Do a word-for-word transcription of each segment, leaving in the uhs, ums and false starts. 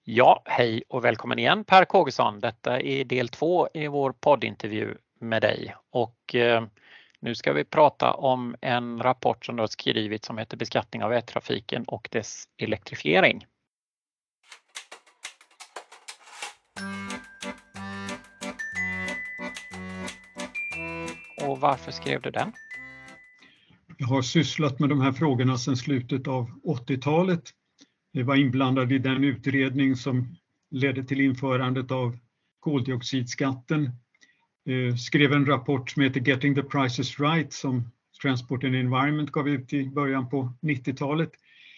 Ja, hej och välkommen igen Per Kågesson. Detta är del två i vår poddintervju med dig. Och eh, nu ska vi prata om en rapport som du har skrivit som heter Beskattning av vägtrafiken och dess elektrifiering. Och varför skrev du den? Jag har sysslat med de här frågorna sedan slutet av åttiotalet. Jag var inblandad i den utredning som ledde till införandet av koldioxidskatten. Jag skrev en rapport som heter Getting the Prices Right som Transport and Environment gav ut i början på nittiotalet.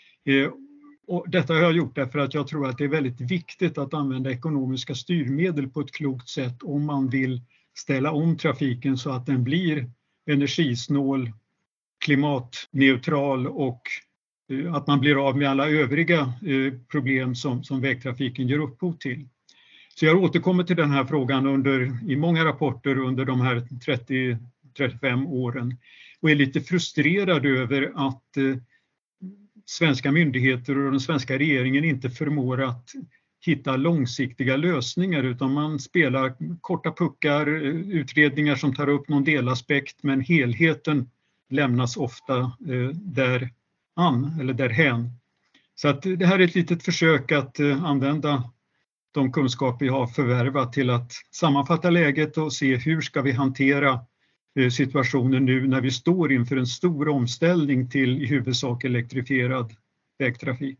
Och detta har jag gjort därför att jag tror att det är väldigt viktigt att använda ekonomiska styrmedel på ett klokt sätt om man vill ställa om trafiken så att den blir energisnål, klimatneutral och att man blir av med alla övriga problem som, som vägtrafiken ger upphov till. Så jag återkommer till den här frågan under, i många rapporter under de här trettio till trettiofem åren och är lite frustrerad över att eh, svenska myndigheter och den svenska regeringen inte förmår att hitta långsiktiga lösningar utan man spelar korta puckar, utredningar som tar upp någon delaspekt men helheten lämnas ofta eh, där an eller därhän. Så att det här är ett litet försök att eh, använda de kunskaper jag har förvärvat till att sammanfatta läget och se hur ska vi hantera eh, situationen nu när vi står inför en stor omställning till i huvudsak elektrifierad vägtrafik.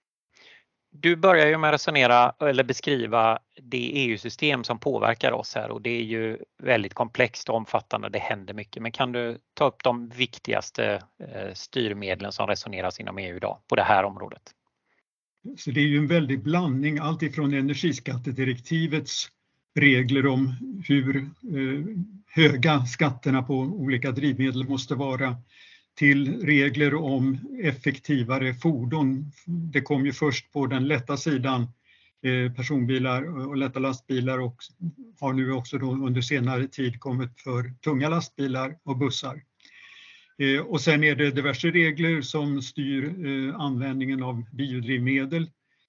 Du börjar ju med att resonera eller beskriva det E U-system som påverkar oss här och det är ju väldigt komplext och omfattande, det händer mycket. Men kan du ta upp de viktigaste styrmedlen som resoneras inom E U idag på det här området? Så det är ju en väldig blandning, allt ifrån energiskattedirektivets regler om hur höga skatterna på olika drivmedel måste vara till regler om effektivare fordon. Det kom ju först på den lätta sidan personbilar och lätta lastbilar och har nu också då under senare tid kommit för tunga lastbilar och bussar. Och sen är det diverse regler som styr användningen av biodrivmedel.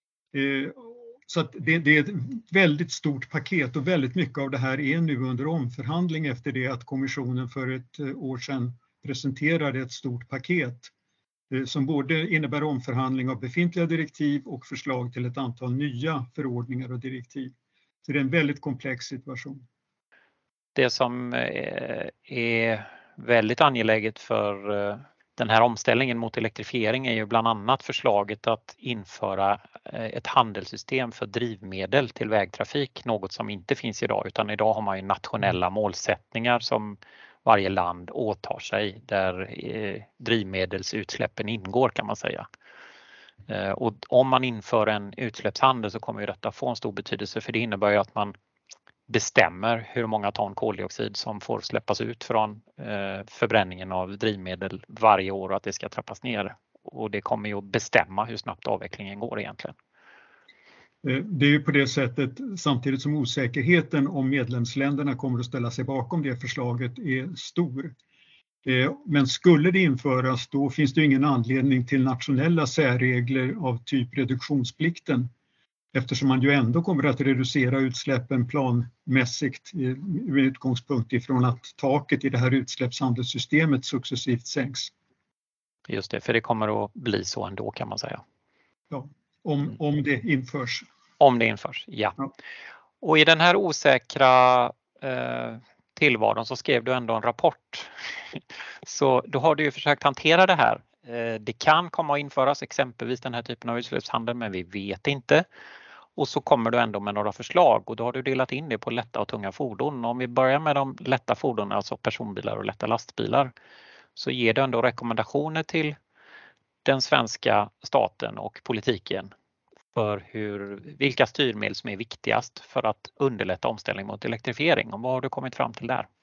Så att det, det är ett väldigt stort paket och väldigt mycket av det här är nu under omförhandling efter det att kommissionen för ett år sedan presenterade ett stort paket som både innebär omförhandling av befintliga direktiv och förslag till ett antal nya förordningar och direktiv. Så det är en väldigt komplex situation. Det som är väldigt angeläget för den här omställningen mot elektrifiering är ju bland annat förslaget att införa ett handelssystem för drivmedel till vägtrafik, något som inte finns idag utan idag har man ju nationella målsättningar som varje land åtar sig där drivmedelsutsläppen ingår kan man säga. Och om man inför en utsläppshandel så kommer ju detta få en stor betydelse för det innebär ju att man bestämmer hur många ton koldioxid som får släppas ut från förbränningen av drivmedel varje år och att det ska trappas ner. Och det kommer ju att bestämma hur snabbt avvecklingen går egentligen. Det är ju på det sättet samtidigt som osäkerheten om medlemsländerna kommer att ställa sig bakom det förslaget är stor. Men skulle det införas då finns det ingen anledning till nationella särregler av typ reduktionsplikten. Eftersom man ju ändå kommer att reducera utsläppen planmässigt med utgångspunkt ifrån att taket i det här utsläppshandelssystemet successivt sänks. Just det, för det kommer att bli så ändå kan man säga. Ja, om, om det införs. Om det införs, ja. ja. Och i den här osäkra eh, tillvaron så skrev du ändå en rapport. Så då har du ju försökt hantera det här. Eh, det kan komma att införas exempelvis den här typen av utsläppshandel men vi vet inte. Och så kommer du ändå med några förslag och då har du delat in det på lätta och tunga fordon. Om vi börjar med de lätta fordonen, alltså personbilar och lätta lastbilar, så ger du ändå rekommendationer till den svenska staten och politiken för hur, vilka styrmedel som är viktigast för att underlätta omställning mot elektrifiering. Och vad har du kommit fram till där?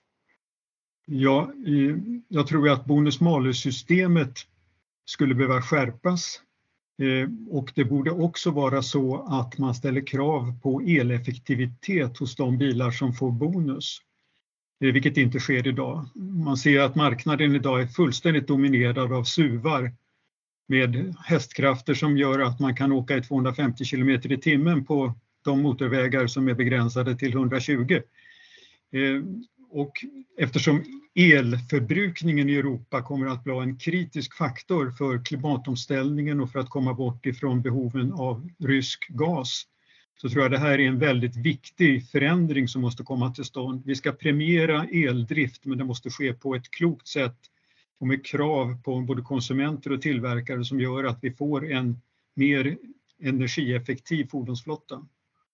Ja, jag tror att bonus-malus-systemet skulle behöva skärpas. Och det borde också vara så att man ställer krav på eleffektivitet hos de bilar som får bonus. Vilket inte sker idag. Man ser att marknaden idag är fullständigt dominerad av S U V:ar. med hästkrafter som gör att man kan åka i tvåhundrafemtio kilometer i timmen på de motorvägar som är begränsade till hundratjugo. Och eftersom elförbrukningen i Europa kommer att bli en kritisk faktor för klimatomställningen och för att komma bort ifrån behoven av rysk gas, så tror jag det här är en väldigt viktig förändring som måste komma till stånd. Vi ska premiera eldrift, men det måste ske på ett klokt sätt och med krav på både konsumenter och tillverkare som gör att vi får en mer energieffektiv fordonsflotta.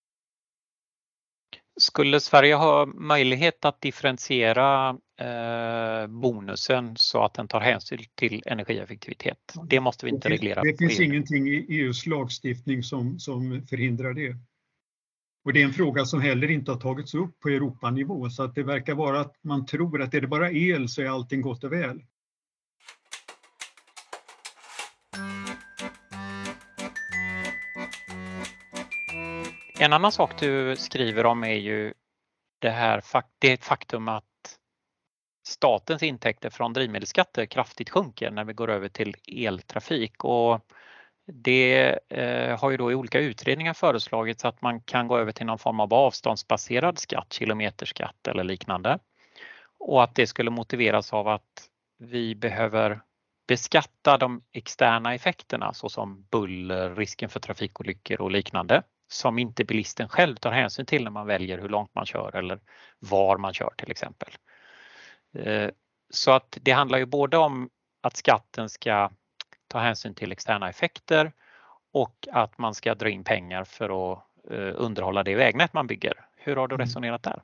Skulle Sverige ha möjlighet att differentiera eh, bonusen så att den tar hänsyn till energieffektivitet? Det måste vi inte det, reglera. Det finns på E U. Ingenting i E U:s lagstiftning som, som förhindrar det. Och det är en fråga som heller inte har tagits upp på Europanivå, så att det verkar vara att man tror att är det bara el så är allting gott och väl. En annan sak du skriver om är ju det här det är ett faktum att statens intäkter från drivmedelsskatter kraftigt sjunker när vi går över till eltrafik, och det eh, har ju då i olika utredningar föreslagits att man kan gå över till någon form av avståndsbaserad skatt, kilometerskatt eller liknande, och att det skulle motiveras av att vi behöver beskatta de externa effekterna såsom buller, risken för trafikolyckor och liknande, som inte bilisten själv tar hänsyn till när man väljer hur långt man kör eller var man kör till exempel. Så att det handlar ju både om att skatten ska ta hänsyn till externa effekter och att man ska dra in pengar för att underhålla det vägnät man bygger. Hur har du resonerat där?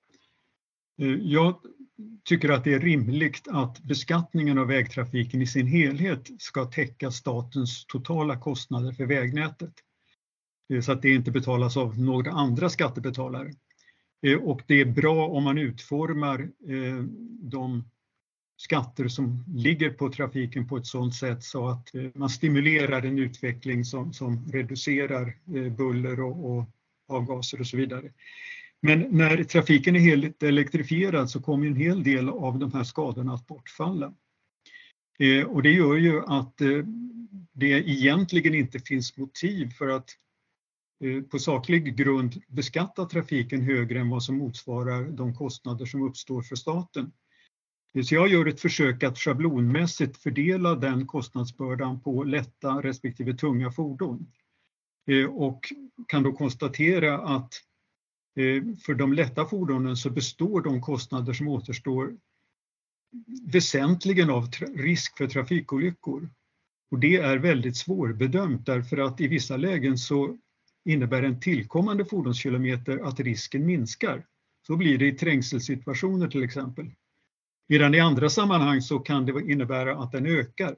Jag tycker att det är rimligt att beskattningen av vägtrafiken i sin helhet ska täcka statens totala kostnader för vägnätet, så att det inte betalas av några andra skattebetalare. Och det är bra om man utformar de skatter som ligger på trafiken på ett sådant sätt så att man stimulerar en utveckling som, som reducerar buller och, och avgaser och så vidare. Men när trafiken är helt elektrifierad så kommer en hel del av de här skadorna att bortfalla. Och det gör ju att det egentligen inte finns motiv för att på saklig grund beskatta trafiken högre än vad som motsvarar de kostnader som uppstår för staten. Så jag gör ett försök att schablonmässigt fördela den kostnadsbördan på lätta respektive tunga fordon. Och kan då konstatera att för de lätta fordonen så består de kostnader som återstår väsentligen av risk för trafikolyckor. Och det är väldigt svårbedömt därför att i vissa lägen så innebär en tillkommande fordonskilometer att risken minskar. Så blir det i trängselsituationer till exempel. Medan i andra sammanhang så kan det innebära att den ökar.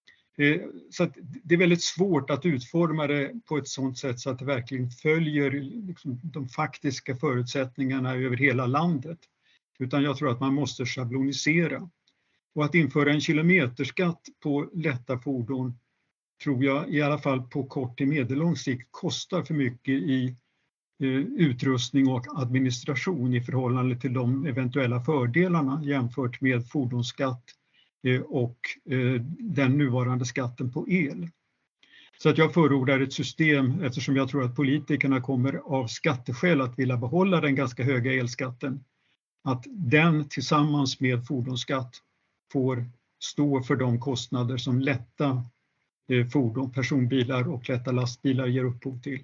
Så att det är väldigt svårt att utforma det på ett sådant sätt så att det verkligen följer liksom de faktiska förutsättningarna över hela landet. Utan jag tror att man måste schablonisera. Och att införa en kilometerskatt på lätta fordon tror jag i alla fall på kort till medellång sikt kostar för mycket i eh, utrustning och administration i förhållande till de eventuella fördelarna jämfört med fordonsskatt eh, och eh, den nuvarande skatten på el. Så att jag förordar ett system, eftersom jag tror att politikerna kommer av skatteskäl att vilja behålla den ganska höga elskatten, att den tillsammans med fordonsskatt får stå för de kostnader som lätta fordon, personbilar och lätta lastbilar ger upphov till.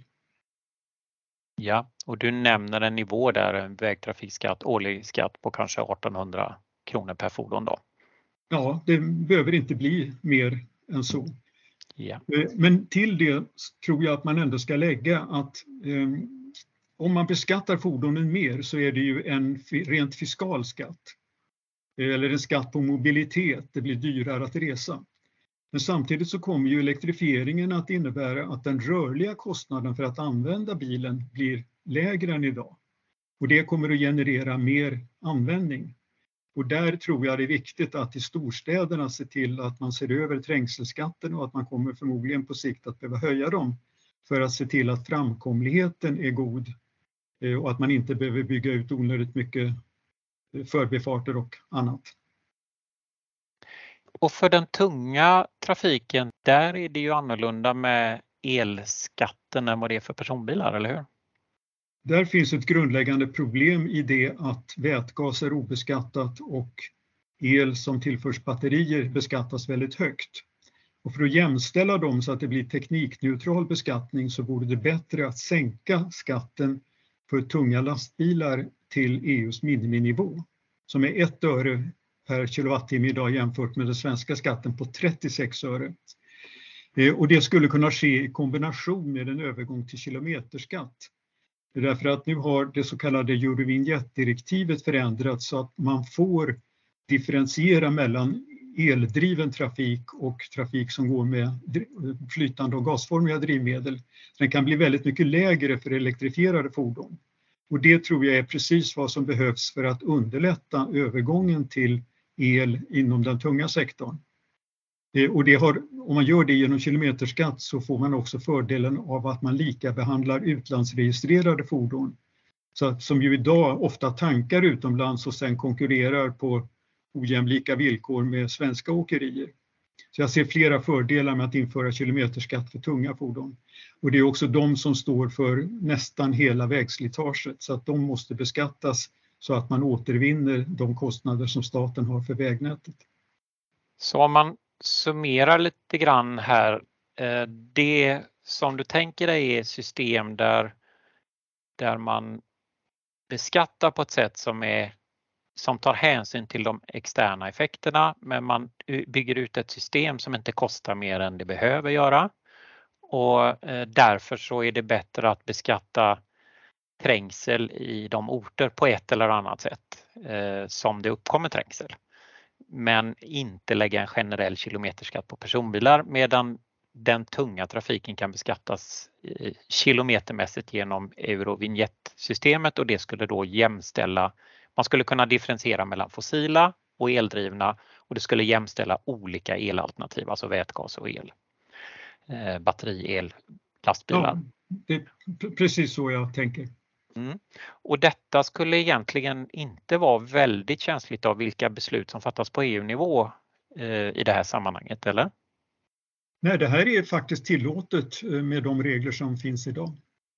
Ja, och du nämner en nivå där, en vägtrafikskatt, årlig skatt på kanske artonhundra kronor per fordon då. Ja, det behöver inte bli mer än så. Ja. Men till det tror jag att man ändå ska lägga att eh, om man beskattar fordonen mer så är det ju en rent fiskal skatt. Eller en skatt på mobilitet, det blir dyrare att resa. Men samtidigt så kommer ju elektrifieringen att innebära att den rörliga kostnaden för att använda bilen blir lägre än idag. Och det kommer att generera mer användning. Och där tror jag det är viktigt att i storstäderna se till att man ser över trängselskatten och att man kommer förmodligen på sikt att behöva höja dem för att se till att framkomligheten är god och att man inte behöver bygga ut onödigt mycket förbifarter och annat. Och för den tunga trafiken, där är det ju annorlunda med elskatten än vad det är för personbilar, eller hur? Där finns ett grundläggande problem i det att vätgas är obeskattat och el som tillförs batterier beskattas väldigt högt. Och för att jämställa dem så att det blir teknikneutral beskattning så vore det bättre att sänka skatten för tunga lastbilar till E U:s miniminivå som är ett öre per kilowattimme idag jämfört med den svenska skatten på trettiosex öre. Och det skulle kunna ske i kombination med en övergång till kilometerskatt. Därför att nu har det så kallade Eurovinjettdirektivet förändrats så att man får differentiera mellan eldriven trafik och trafik som går med flytande och gasformiga drivmedel. Den kan bli väldigt mycket lägre för elektrifierade fordon. Och det tror jag är precis vad som behövs för att underlätta övergången till el inom den tunga sektorn. Och det har, om man gör det genom kilometerskatt så får man också fördelen av att man lika behandlar utlandsregistrerade fordon. Så, som ju idag ofta tankar utomlands och sen konkurrerar på ojämlika villkor med svenska åkerier. Så jag ser flera fördelar med att införa kilometerskatt för tunga fordon. Och det är också de som står för nästan hela vägslitaget så att de måste beskattas så att man återvinner de kostnader som staten har för vägnätet. Så om man summerar lite grann här, det som du tänker dig är system där, där man beskattar på ett sätt som är som tar hänsyn till de externa effekterna, men man bygger ut ett system som inte kostar mer än det behöver göra. Och därför så är det bättre att beskatta trängsel i de orter på ett eller annat sätt som det uppkommer trängsel. Men inte lägga en generell kilometerskatt på personbilar, medan den tunga trafiken kan beskattas kilometermässigt genom Eurovinjettsystemet, och det skulle då jämställa, man skulle kunna differentiera mellan fossila och eldrivna, och det skulle jämställa olika elalternativ, alltså vätgas och el, eh, batteri, el, lastbilar. Ja, det är precis så jag tänker. Mm. Och detta skulle egentligen inte vara väldigt känsligt av vilka beslut som fattas på E U-nivå eh, i det här sammanhanget, eller? Nej, det här är faktiskt tillåtet med de regler som finns idag.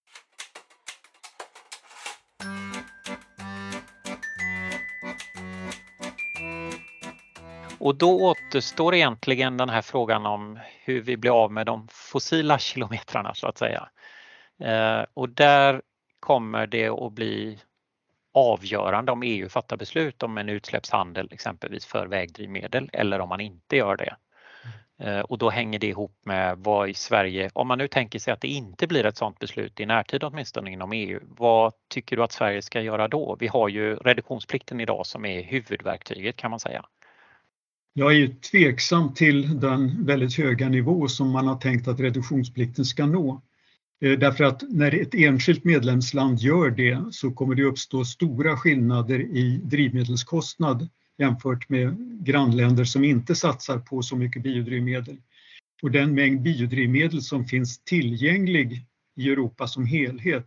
Och då återstår egentligen den här frågan om hur vi blir av med de fossila kilometrarna så att säga. Eh, och där kommer det att bli avgörande om E U fattar beslut om en utsläppshandel exempelvis för vägdrivmedel eller om man inte gör det. Eh, och då hänger det ihop med vad i Sverige, om man nu tänker sig att det inte blir ett sådant beslut i närtid åtminstone inom E U, vad tycker du att Sverige ska göra då? Vi har ju reduktionsplikten idag som är huvudverktyget kan man säga. Jag är ju tveksam till den väldigt höga nivå som man har tänkt att reduktionsplikten ska nå. Därför att när ett enskilt medlemsland gör det så kommer det uppstå stora skillnader i drivmedelskostnad jämfört med grannländer som inte satsar på så mycket biodrivmedel. Och den mängd biodrivmedel som finns tillgänglig i Europa som helhet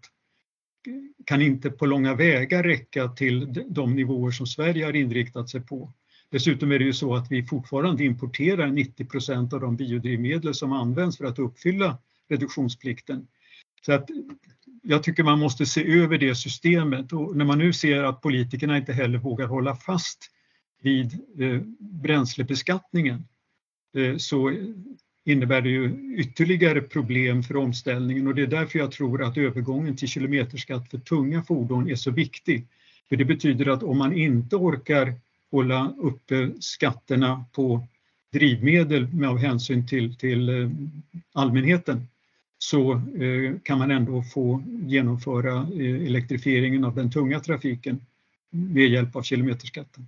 kan inte på långa vägar räcka till de nivåer som Sverige har inriktat sig på. Dessutom är det ju så att vi fortfarande importerar nittio procent av de biodrivmedel som används för att uppfylla reduktionsplikten. Så att jag tycker man måste se över det systemet, och när man nu ser att politikerna inte heller vågar hålla fast vid eh, bränslebeskattningen eh, så innebär det ju ytterligare problem för omställningen, och det är därför jag tror att övergången till kilometerskatt för tunga fordon är så viktig. För det betyder att om man inte orkar hålla uppe skatterna på drivmedel med av hänsyn till, till eh, allmänheten så eh, kan man ändå få genomföra eh, elektrifieringen av den tunga trafiken med hjälp av kilometerskatten.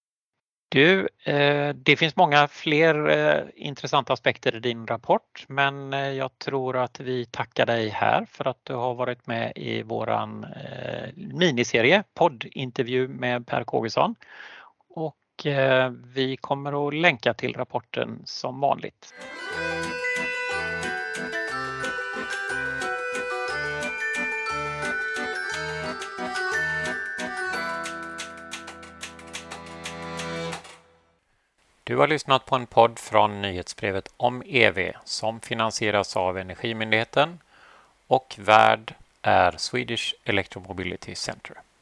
Du, eh, det finns många fler eh, intressanta aspekter i din rapport, men eh, jag tror att vi tackar dig här för att du har varit med i våran eh, miniserie poddintervju med Per Kågesson. Och eh, vi kommer att länka till rapporten som vanligt. Du har lyssnat på en podd från nyhetsbrevet om E V som finansieras av Energimyndigheten och värd är Swedish Electromobility Center.